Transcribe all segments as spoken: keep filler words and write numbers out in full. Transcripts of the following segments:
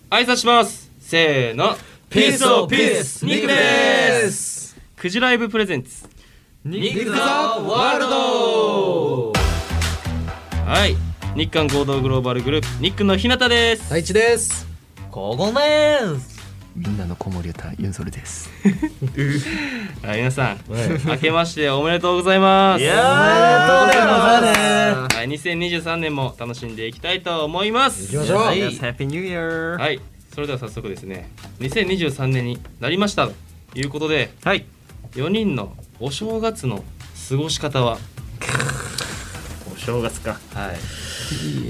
挨拶します。せーの、 ピースオブピース、ニックです。 クジライブプレゼンツニックザワールド。 はい、日韓合同グローバルグループニックの日向です。 大地です。 こごです。 みんなの子守歌ユンソルです。 はい、皆さん、明けましておめでとうございます。 いやー、おめでとうございます。 はい、にせんにじゅうさんねんも楽しんでいきたいと思います。 いきましょう。 はい、Happy New Year。 はい、それでは早速ですね、にせんにじゅうさんねんになりましたということで、はい、よにんのお正月の過ごし方は。 お正月か。 はい。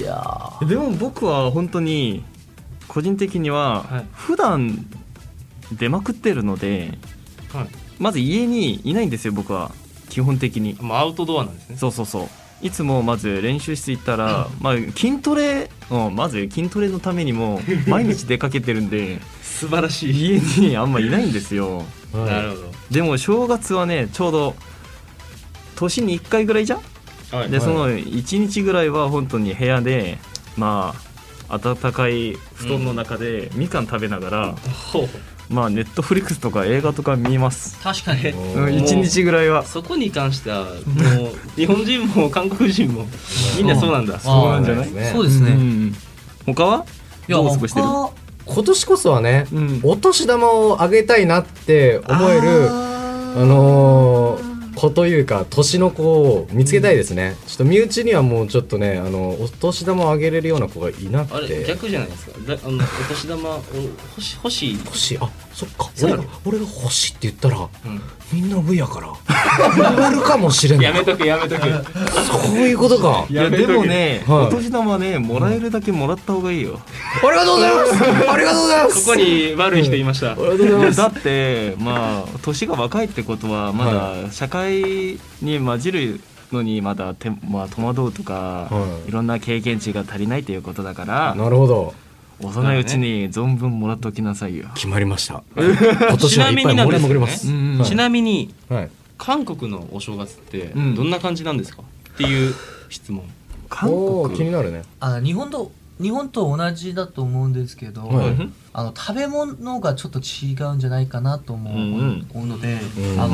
いやでも僕は本当に個人的には普段出まくってるので、はい、まず家にいないんですよ、僕は基本的に。 もうアウトドアなんですね。 そうそうそう。いつもまず練習室行ったら、まあ、筋トレ、うん、まず筋トレのためにも毎日出かけてるんで素晴らしい。 家にあんまいないんですよ。 なるほど。 でも正月はね、ちょうど年にいっかいぐらいじゃん、はい、でそのいちにちぐらいは本当に部屋で、まあ暖かい布団の中でみかん食べながら、うん、まあネットフリックスとか映画とか見ます。 確かにいちにちぐらいは。 そこに関してはもう日本人も韓国人もみんなそうなんだ。 そうなんじゃない？ そうですね。 うん、他はどう過ごしてる？ 今年こそはね、うん、お年玉をあげたいなって思えるあ、あのー子というか年の子を見つけたいですね、うん、ちょっと身内にはもうちょっとね、あのお年玉をあげれるような子がいなくて。 あれ逆じゃないですか。だあのお年玉を欲し欲しい欲しい。あ、そっか。俺が俺が欲しいって言ったら、うん、みんな上やからもらえるかもしれない。 やめとけやめとけ。 そういうことか。 いやでもね、はい、お年玉ね、もらえるだけもらった方がいいよ。 ありがとうございます。ありがとうございます。 ここに悪い人いました。 ありがとうございます。 だってまあ年が若いってことはまだ社会に混じるのにまだて、まあ、戸惑うとか、はい、いろんな経験値が足りないということだから。 なるほど。 幼いうちに存分もらっておきなさいよ。 決まりました。今年はいっぱいもらいまくります。 ちなみに、はい、韓国のお正月ってどんな感じなんですか、うん、っていう質問。 韓国気になるね。 あ、日本と日本と同じだと思うんですけど、はい、あの食べ物がちょっと違うんじゃないかなと思う、うん、思うので、うん、あの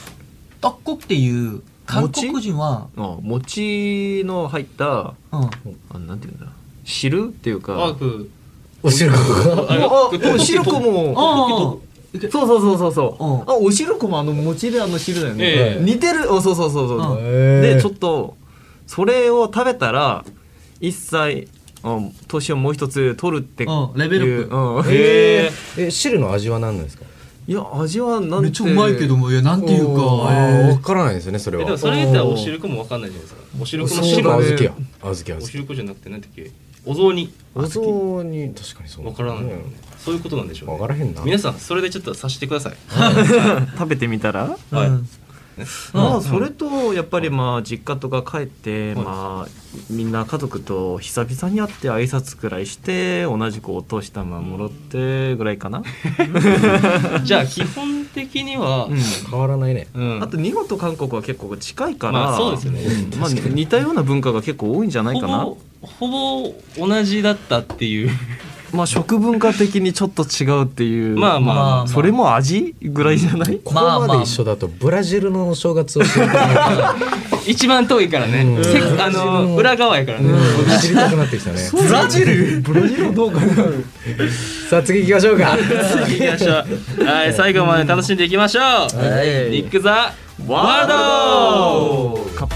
떡국っていう韓国人は餅の入った、うん、あ、なんていうんだ、汁っていうか、 あ、くお汁粉。 お汁粉も、そうそうそうそうそう。あ、お汁粉もあの餅であの汁だよね。えー、似てる。お、そうそうそうそう。でちょっとそれを食べたら一切年をもう一つ取るっていう、 うん、レベルアップ。 へー。え、汁の味は何なんですか？ いや、味はなんてめっちゃうまいけども、いや、なんていうかわからないですよね、それは。 でもそれ言ったらお汁粉もわかんないじゃないですか。お汁粉の汁が小豆や。小豆や。 お汁粉じゃなくてなんだっけ？お雑煮。 お雑煮、確かにそう。 わからないよね。そういうことなんでしょうね。 わからへんな。 皆さんそれでちょっとさせてください。 食べてみたら。 はい。 まあそれとやっぱりまあ実家とか帰ってまあみんな家族と久々に会って挨拶くらいして同じくお年玉もらってぐらいかな。 じゃあ基本的には変わらないね。 あと日本と韓国は結構近いから、 まあそうですよね。 まあ似たような文化が結構多いんじゃないかな。 ほぼほぼ同じだったっていう。 まあ食文化的にちょっと違うっていう。 まあまあそれも味ぐらいじゃない？ ここまで一緒だとブラジルのお正月を知りたくなる。 一番遠いからね。あの裏側やからね。 知りたくなってきたね。 ブラジル？ブラジルどうかな。 さあ次行きましょうか。 次行きましょう。はい、最後まで楽しんでいきましょう。ニックザワールド。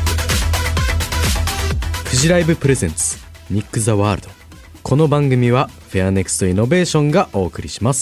フジライブプレゼンツニックザワールド。この番組はフェアネクストイノベーションがお送りします。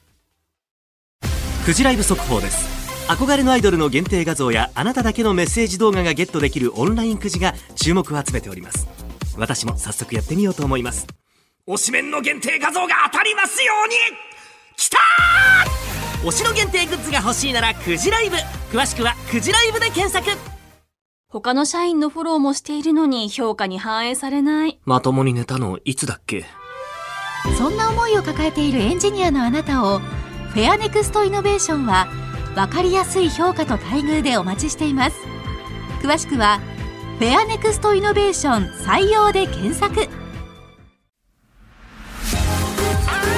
フジライブ速報です。憧れのアイドルの限定画像やあなただけのメッセージ動画がゲットできるオンラインくじが注目を集めております。私も早速やってみようと思います。推しメンの限定画像が当たりますように。きたー！推しの限定グッズが欲しいならくじライブ。詳しくはくじライブで検索。 他の社員のフォローもしているのに評価に反映されない。 まともに寝たのいつだっけ？ そんな思いを抱えているエンジニアのあなたをフェアネクストイノベーションは分かりやすい評価と待遇でお待ちしています。詳しくはフェアネクストイノベーション採用で検索。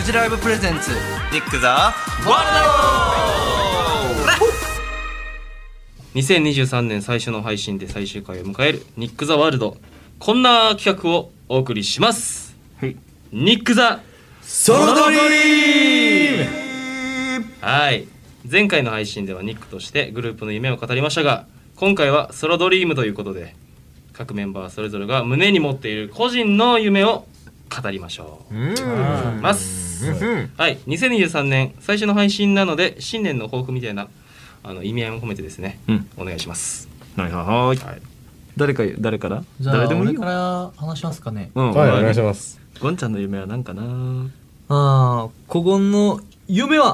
ジライブプレゼンツニック・ザ・ワールド。 にせんにじゅうさんねん最初の配信で最終回を迎えるニック・ザ・ワールド、こんな企画をお送りします、はい、ニック・ザ・ソロドリーム。はい、前回の配信ではニックとしてグループの夢を語りましたが、今回はソロドリームということで各メンバーそれぞれが胸に持っている個人の夢を語りましょう。うんます、はい、にせんにじゅうさんねん最初の配信なので新年の抱負みたいなあの意味合いも込めてですね、うん、お願いします。 はいはいはい、はい、誰か誰からじゃあ誰でもいいよ。俺から話しますかね。 うん、はい、お願いします。 ゴンちゃんの夢は何かな。 あー、古言の夢は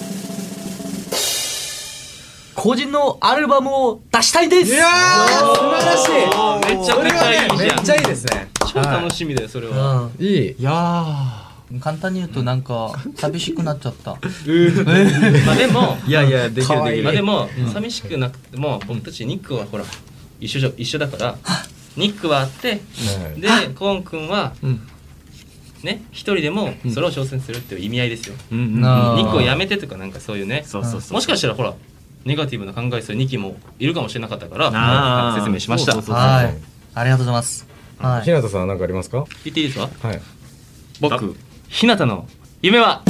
個人のアルバムを出したいです。 いやー素晴らしい。 めちゃくちゃいいじゃん。 めっちゃいいですね。 超楽しみだよそれは、 うん、いい。 いや簡単に言うとなんか寂しくなっちゃったまあでもいやいやできるできる。 まあでも、うん、寂しくなくても僕たちニックはほら一緒じゃ一緒だからニックはあって、うん、でコーン君は、うん、ね一人でもそれを挑戦するっていう意味合いですよ、うん、ニックをやめてとかなんかそういうね、そうそうそう、もしかしたらほらネガティブな考えするニキもいるかもしれなかったから説明しました。 そうそうそう、はい、ありがとうございます。 はい、日向さんは何かありますか。 言っていいですか。 はい、 僕日向の夢は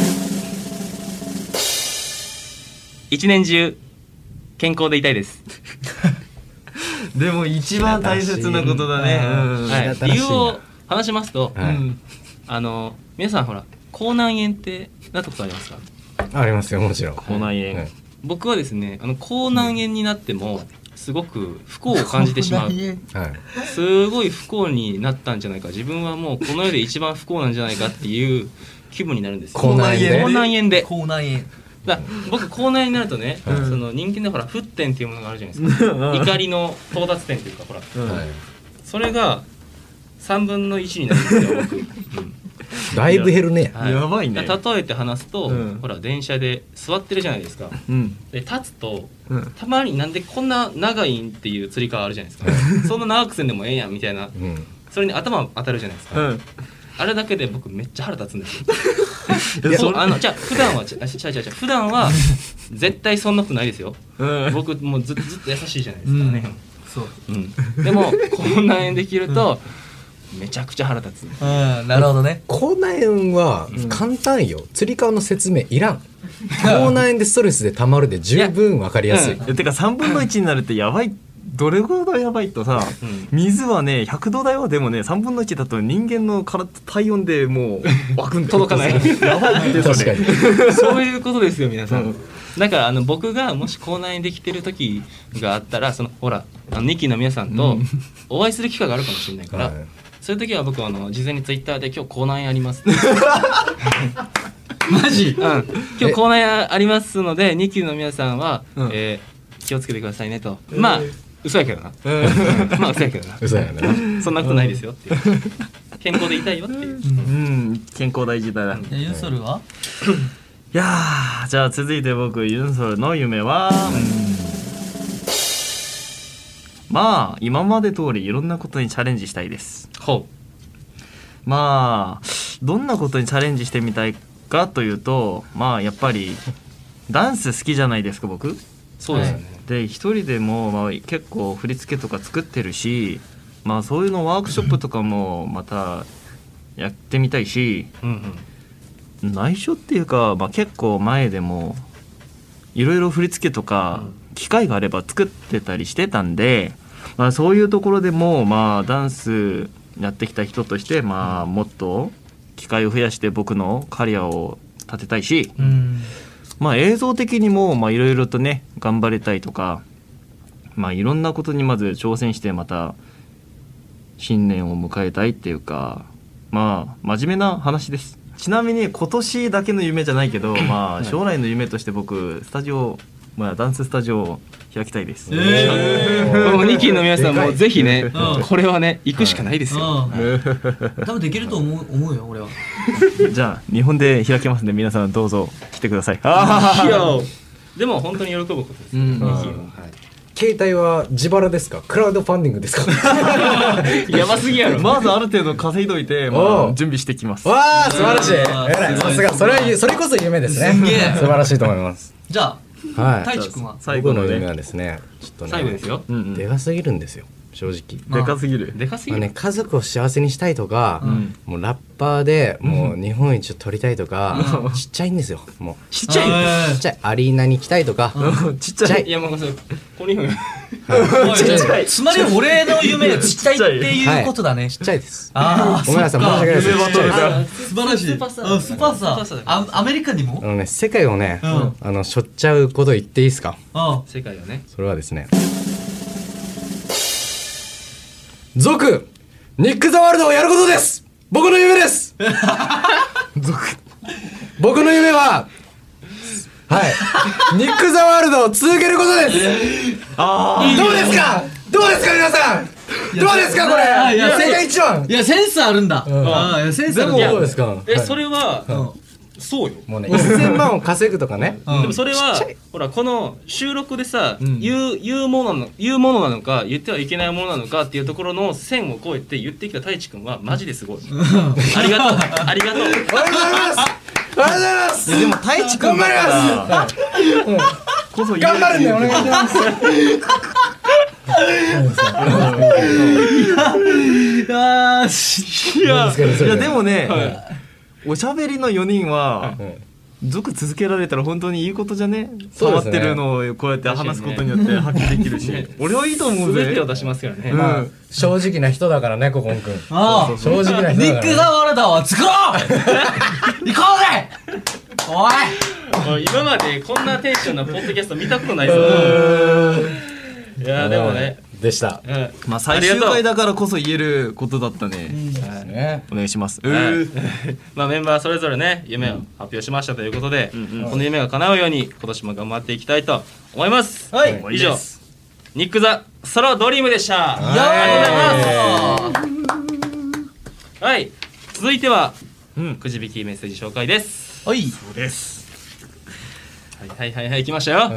一年中健康でいたいですでも一番大切なことだね、 はい、理由を話しますと、はい、あの皆さんほら口内炎ってなったことありますか。 ありますよもちろん。 口内炎、はい、 僕はですねあの口内炎になってもすごく不幸を感じてしまう、はい、すごい不幸になったんじゃないか、自分はもうこの世で一番不幸なんじゃないかっていう気分になるんですよ。 口内炎口内炎で口内炎だ僕口内炎になるとね、うん、その人間でほら沸点っていうものがあるじゃないですか怒りの到達点というかほら、うん、それがさんぶんのいちになるんですよ僕、うん、 だいぶ減るね、 はい、 やばいね。 例えて話すと、うん、ほら電車で座ってるじゃないですか、うん、で立つと、うん、たまになんでこんな長いんっていうつり革あるじゃないですかそんな長くせんでもええやんみたいな、うん、それに頭当たるじゃないですか、うん、あれだけで僕めっちゃ腹立つんですよいやそうあのじゃあ普段はちゃちゃちゃちゃ普段は絶対そんなことないですよ、うん、僕もうず, ずっと優しいじゃないですかね、うん、そう、うん、でも口内炎できると、うん、めちゃくちゃ腹立つ。 うん、なるほどね。 口内炎は簡単よ、うん、つり革の説明いらん口内炎でストレスでたまるで十分分かりやすい、 うん、てかさんぶんのいちになるってやばい、どれほどやばいとさ、うん、水はねひゃくど台はでもねさんぶんのいちだと人間の体体温でもうワクン届かないやばいって確かにそういうことですよ皆さん、うん、だからあの僕がもし口内炎できてる時があったらそのほらあのニキの皆さんとお会いする機会があるかもしれないから、うん、そういう時は僕はあの事前にツイッターで今日口内炎ありますマジ、 うん、今日口内炎ありますのでニキの皆さんは、うんえー、気をつけてくださいねと、えー、まあ嘘やけどな、えー、まあ嘘やけどな嘘やねそんなことないですよっていう健康でいたいよっていう、うんうん、健康大事だな。 ユンソルはいやーじゃあ続いて僕ユンソルの夢は、うん、まあ今まで通りいろんなことにチャレンジしたいです。 ほうまあどんなことにチャレンジしてみたいかというとまあやっぱりダンス好きじゃないですか僕。 そうですよね、 で一人でも、まあ、結構振り付けとか作ってるし、まあ、そういうのワークショップとかもまたやってみたいし、うんうん、内緒っていうか、まあ、結構前でもいろいろ振り付けとか機会があれば作ってたりしてたんで、まあ、そういうところでも、まあ、ダンスやってきた人として、まあ、もっと機会を増やして僕のキャリアを立てたいし、うんまあ、映像的にもいろいろとね頑張りたいとか、まあ、いろんなことにまず挑戦してまた新年を迎えたいっていうかまあ真面目な話です。ちなみに今年だけの夢じゃないけど、まあ、将来の夢として僕スタジオ、まあ、ダンススタジオを開きたいです。 えー、もうニキの皆さんもぜひねこれはね行くしかないですよ、はい、 多分できると思う、思うよ俺はじゃあ日本で開けますね皆さんどうぞ来てください。 あでも本当に喜ぶことです、うん、ニキは、はい、 携帯は自腹ですか、クラウドファンディングですか？ やばすぎやろ。 まずある程度稼いどいて、まあ、準備してきます。 わあ素晴らしい。偉い、さすが。それはそれこそ夢ですね。素晴らしいと思います。 じゃあ、はい、太一君は最後の夢はですね、ちょっとね、 最後ですよ。 でかすぎるんですよ。正直でかすぎるでかすぎる、 まあね、家族を幸せにしたいとか、うん、もうラッパーでもう日本一を取りたいとか、うん、ちっちゃいんですよ。もうちっちゃいちっちゃいアリーナに行きたいとか、 うん、ちっちゃい。いやもうそれこれつまり俺の夢がちっちゃいっていうことだね。 はい、ちっちゃいです。 ああごめんなさい、申し訳ないです。 素晴らしい。スーパースター。スーパースター。あ、アメリカにも？ あのね、世界をね、うん、あの背負っちゃうこと言っていいですか？ ああ、世界をね。 それはですね。続ニック・ザ・ワールドをやることです。僕の夢です。続僕の夢ははいニック・ザ・ワールドを続けることです。あー、どうですかどうですか皆さん、どうですかこれ。いや世界一番。 いやセンスあるんだ。 ああ、センスあるんだ。どうですか。 え、それはそうよ。 もうね、せんまんを稼ぐとかね。 でもそれはほらこの収録でさ、言う言うものなの言うものなのか言ってはいけないものなのかっていうところの線を越えて言ってきた太一くんはマジですごい。ありがとうありがとう。ありがとうございます。ありがとうございます。 でも太一くんだからこそ頑張るんでお願いします。 いやいやでもね。おしゃべりのよにんは続続けられたら本当にいいことじゃね。変わってるのをこうやって話すことによって発揮できるし、俺はいいと思うぜ。 全てを出しますからね。 正直な人だからね、ココン君。 ああ、 正直な人だから。 ニック・ザ・ワールドを作ろう。行こうぜ。 おい。今までこんなテンションなポッドキャスト見たことないぞ。いやでもね。 でした。 まあ最終回だからこそ言えることだったね。お願いします。 まあメンバーそれぞれね夢を発表しましたということで、この夢が叶うように今年も頑張っていきたいと思います。はい。以上ニック・ザ・ソロドリームでした。ありがとうございます。はい。続いてはくじ引きメッセージ紹介です。 はい。 そうです。はいはいはいはい来ましたよ。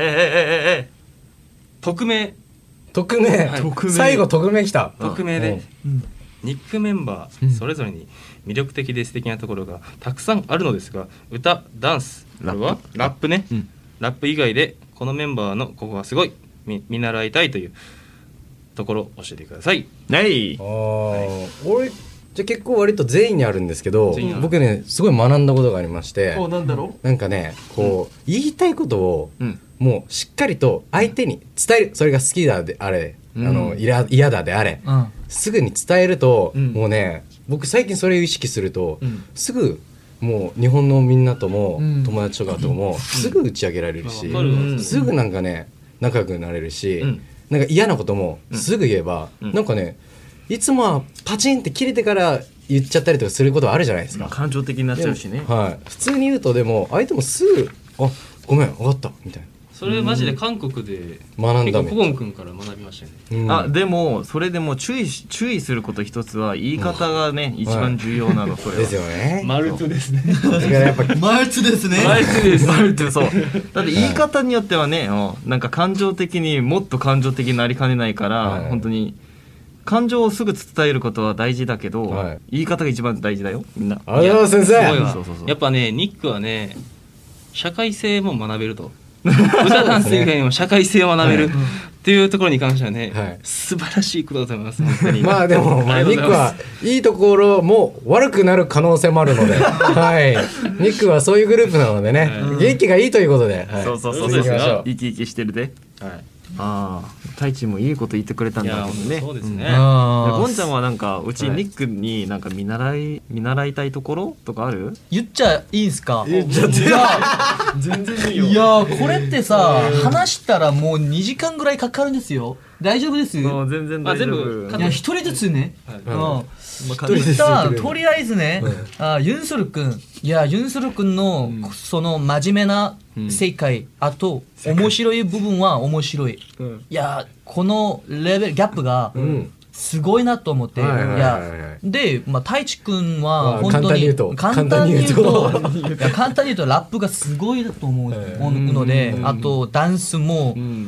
匿名。 匿名、最後匿名きた。 匿名でニックメンバーそれぞれに魅力的で素敵なところがたくさんあるのですが、歌、ダンス、これはラップね、ラップ以外でこのメンバーのここがすごい見習いたいというところを教えてください。 はい。 ああ、俺じゃ結構割と全員にあるんですけど、僕ねすごい学んだことがありまして、 なんだろう、なんかねこう言いたいことをもうしっかりと相手に伝える。それが好きだであれ、あの嫌だであれ、すぐに伝えると、もうね僕最近それを意識すると、すぐもう日本のみんなとも友達とかともすぐ打ち上げられるし、すぐなんかね仲良くなれるし、なんか嫌なこともすぐ言えば、なんかねいつもはパチンって切れてから言っちゃったりとかすることあるじゃないですか。 感情的になっちゃうしね。 はい。普通に言うとでも相手もすぐあごめん分かったみたいな。 それマジで韓国で学んだ。 コゴン君から学びましたよね。 あでもそれでも注意注意すること一つは言い方がね一番重要なの。それですよね。 マルツですね。 だからやっぱマルツですね。 マルツです。マルツそう。だって言い方によってはね、なんか感情的にもっと感情的になりかねないから本当に。感情をすぐ伝えることは大事だけど、はい、言い方が一番大事だよみんな。 ありがとうございます先生。 そうそうそう。やっぱねニックはね社会性も学べると。歌ダンス以外にも社会性を学べるっていうところに関してはね、はい、素晴らしいことだと思います本当に。 まあでも、まあ、ニックはいいところも悪くなる可能性もあるので、はい、ニックはそういうグループなのでね、元気がいいということで、はい、 そうそうそうですよ。生き生きしてるで。はい。ああ、太一もいいこと言ってくれたんだもんね。 そうですね。 ゴンちゃんはなんかうちニックになんか見習い見習いたいところとかある？ 言っちゃいいんすか？ 言っちゃって全然いいよ。 いやこれってさ話したらもうにじかんぐらいかかるんですよ。大丈夫です？ 全然大丈夫。 いや一人ずつね。とりあえずね、あユンソル君、いやユンソル君のその真面目な世界、あと面白い部分は面白い。いやこのレベルギャップがすごいなと思って、いやでまあ太一君は本当に簡単に言うと簡単に言うとラップがすごいだと思うので、あとダンスも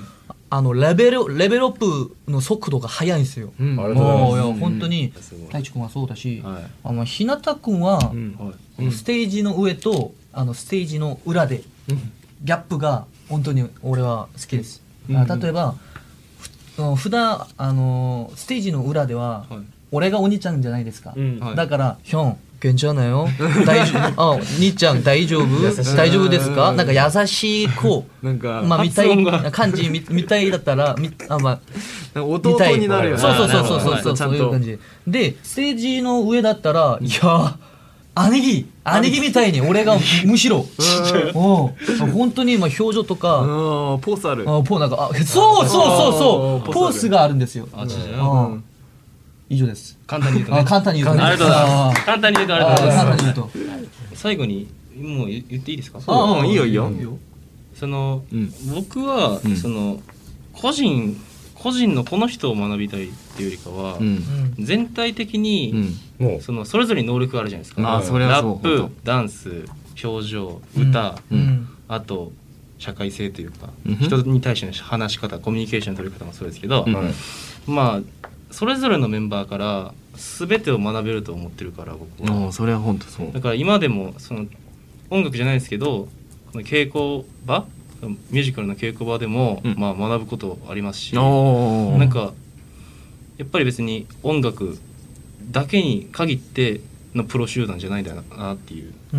あのレベルレベルアップの速度が速いんですよ。 うん、 もういや本当に太一君はそうだし、 はい、 あの日向君は、うん、ステージの上とあのステージの裏で、うん、ギャップが本当に俺は好きです。うん、例えばふ普段あのステージの裏では、はい、俺がお兄ちゃんじゃないですか。うんはい、だからヒョン괜찮아요大丈夫あ兄ちゃん大丈夫大丈夫ですかなんか優しい子なんかまあ見たい感じ見見たいだったらみあまあ弟になるよね。 そうそうそうそうそうそうそういう感じでステージの上だったらいや姉貴姉貴みたいに俺がむしろ本当に今表情とかポーズあるあポーなんかあそうそうそうそうポーズがあるんですよ。ああ以上です。 簡単に言うとね。 簡単に言うとね。 ありがとうございます。簡単に言うとありがとうございます。簡単に言うと。最後にもう言っていいですか？ ああいいよいいよ。 その僕はその個人個人のこの人を学びたいっていうよりかは全体的にそのそれぞれに能力があるじゃないですか。ラップ、ダンス、表情、歌、あと社会性というか人に対しての話し方、コミュニケーションの取り方もそうですけど、まあそれぞれのメンバーから全てを学べると思ってるから僕は。 それは本当そう。 だから今でもその音楽じゃないですけどこの稽古場ミュージカルの稽古場でも、うん、まあ学ぶことありますし、なんかやっぱり別に音楽だけに限ってのプロ集団じゃないんだなっていう、うん、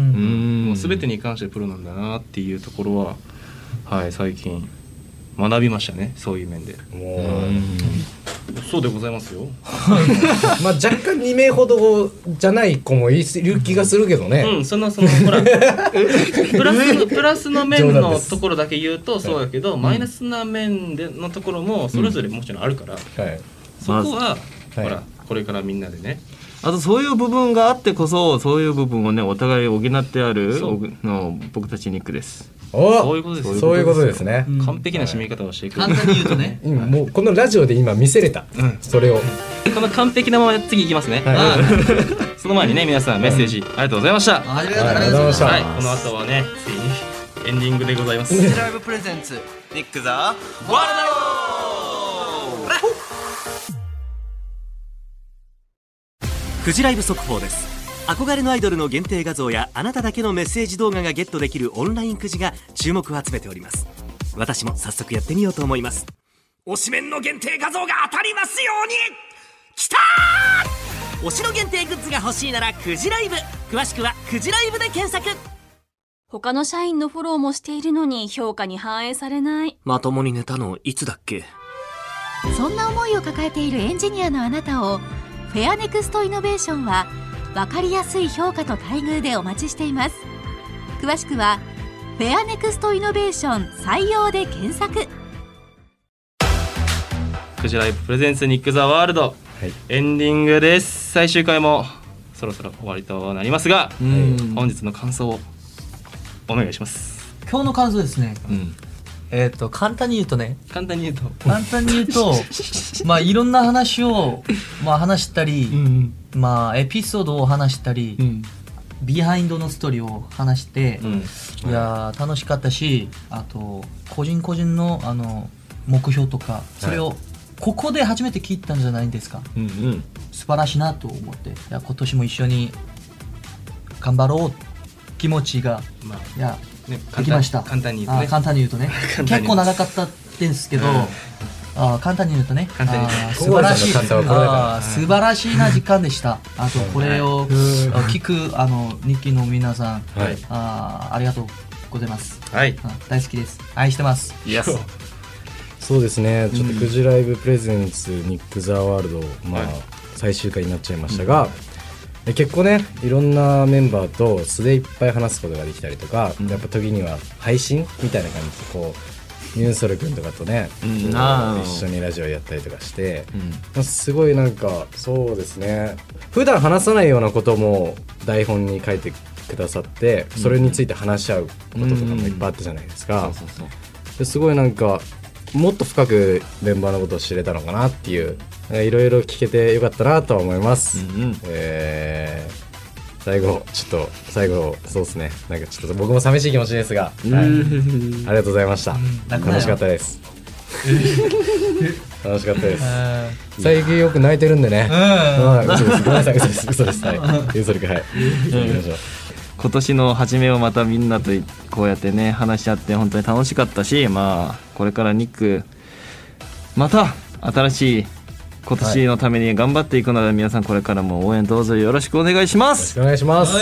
もう全てに関してプロなんだなっていうところは、はい、最近学びましたね。そういう面で。そうでございますよ。 まあ若干に名ほどじゃない子もいる気がするけどね。 うん、そのそのほらプラスプラスの面のところだけ言うとそうだけど、マイナスな面でのところもそれぞれもちろんあるから、うん、そこは、まあ、ほらこれからみんなでね。 あとそういう部分があってこそそういう部分をねお互い補ってあるの僕たちニックです。 そういうことです。 そういうことですね。 完璧な締め方をしていく。 簡単に言うとね。 もうこのラジオで今見せれた。それを。 この完璧なまま次いきますね。その前にね皆さんメッセージありがとうございました。 ありがとうございました。 はい、この後はねついにエンディングでございます。 ライブプレゼンツニックザワールド。フジライブ速報です。憧れのアイドルの限定画像やあなただけのメッセージ動画がゲットできるオンラインくじが注目を集めております。私も早速やってみようと思います。推しメンの限定画像が当たりますように。きたー！推しの限定グッズが欲しいならくじライブ。詳しくはくじライブで検索。 他の社員のフォローもしているのに評価に反映されない。 まともに寝たのいつだっけ？ そんな思いを抱えているエンジニアのあなたをフェアネクストイノベーションは分かりやすい評価と待遇でお待ちしています。詳しくはフェアネクストイノベーション採用で検索。 くじライブプレゼンツニックザワールド、はい、エンディングです。最終回もそろそろ終わりとなりますが、本日の感想をお願いします。 今日の感想ですね、うん、えっ、ー、と簡単に言うとね簡単に言うと簡単に言うとまあいろんな話をまあ話したり、うんまあエピソードを話したり、うん、ビハインドのストーリーを話して、うん、いや楽しかったし、あと個人個人のあの目標とかそれをここで初めて聞いたんじゃないですか、うんうん、素晴らしいなと思って、いや今年も一緒に頑張ろう気持ちが、まあ、いや、ね、できました。 簡単に言うとね、 簡単に言うとね結構長かったですけど、うんあ簡単に言うとね、あ素晴らしいあ素晴らしいな時間でした。あとこれを聞くあの日記の皆さん、はい、あありがとうございます。はい、大好きです。愛してます。 Yes そうですね。ちょっとくじライブプレゼンツニックザワールドまあ、はい、最終回になっちゃいましたが、うん、結構ねいろんなメンバーと素でいっぱい話すことができたりとか、うん、やっぱ時には配信みたいな感じでこう。ユンソル君とかとね、うん、一緒にラジオやったりとかして、うん、すごいなんかそうですね普段話さないようなことも台本に書いてくださってそれについて話し合うこととかもいっぱいあったじゃないですか。ですごいなんかもっと深くメンバーのことを知れたのかなっていういろいろ聞けてよかったなとは思います、うんうんえー最後ちょっと最後そうですねなんかちょっと僕も寂しい気持ちですが、はい、ありがとうございました、うん、楽しかったです楽しかったです。最近よく泣いてるんでね。はい、嘘です。ごめんなさい、嘘です。嘘です。はい。ゆうそりくん、はい。 今年の初めをまたみんなとこうやってね話し合って本当に楽しかったし、まあこれからニックまた新しい今年のために頑張っていくので、皆さんこれからも応援どうぞよろしくお願いします。 よろしくお願いします。 はい。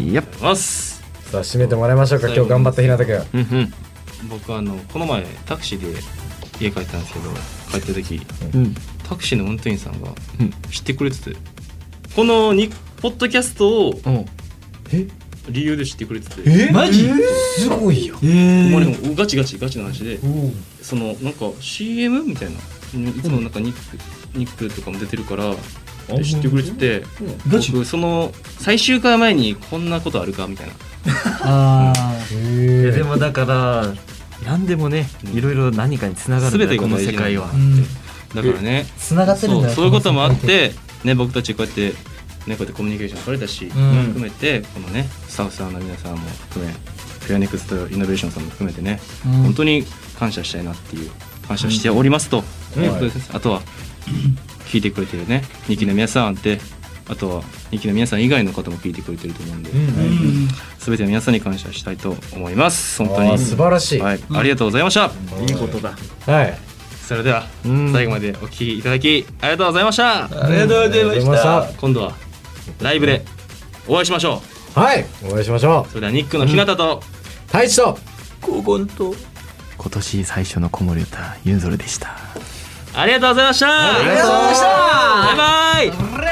やっます。 さあ締めてもらいましょうか。今日頑張った日向くん。 うんうん。僕あのこの前タクシーで家帰ったんですけど、帰った時、うん、タクシーの運転手さんが知ってくれてて、このにポッドキャストをえ理由で知ってくれてて、 えマジすごいよ。 えー、ほんまにもガチガチガチな話で、そのなんか シーエム みたいな、いつもなんかニック、うん、ニックとかも出てるから知ってくれてて、うん、僕その最終回前にこんなことあるかみたいな。 あー、でもだから何でもね、いろいろ何かにつながるんだよ、この世界は。 だからね、 つながってるんだよ。 そういうこともあってね、僕たちこうやってね、こうやってコミュニケーション取れたし、うん、含めてこのねスタッフさんの皆さんも含め、フェアネクストイノベーションさんも含めてね、うん、本当に感謝したいなっていう、感謝しておりますと、うん、あとは聞いてくれてるねにきの皆さんって、あとはにきの皆さん以外の方も聞いてくれてると思うんで、うんはい、全ての皆さんに感謝したいと思います。本当に素晴らしい、 はい、ありがとうございました。 いいことだ。 はい。 それでは最後までお聞きいただきありがとうございました。 ありがとうございました。 今度はライブでお会いしましょう。はい、お会いしましょう。 それではニックの日向と太一と黄金と今年最初の子守歌ユンゾルでした。 ありがとうございました。 ありがとうございました。 バイバ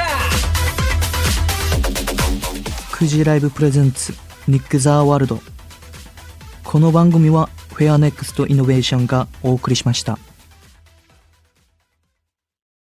イ。くじライブプレゼンツニック・ザ・ワールド。この番組はフェアネクストイノベーションがお送りしました。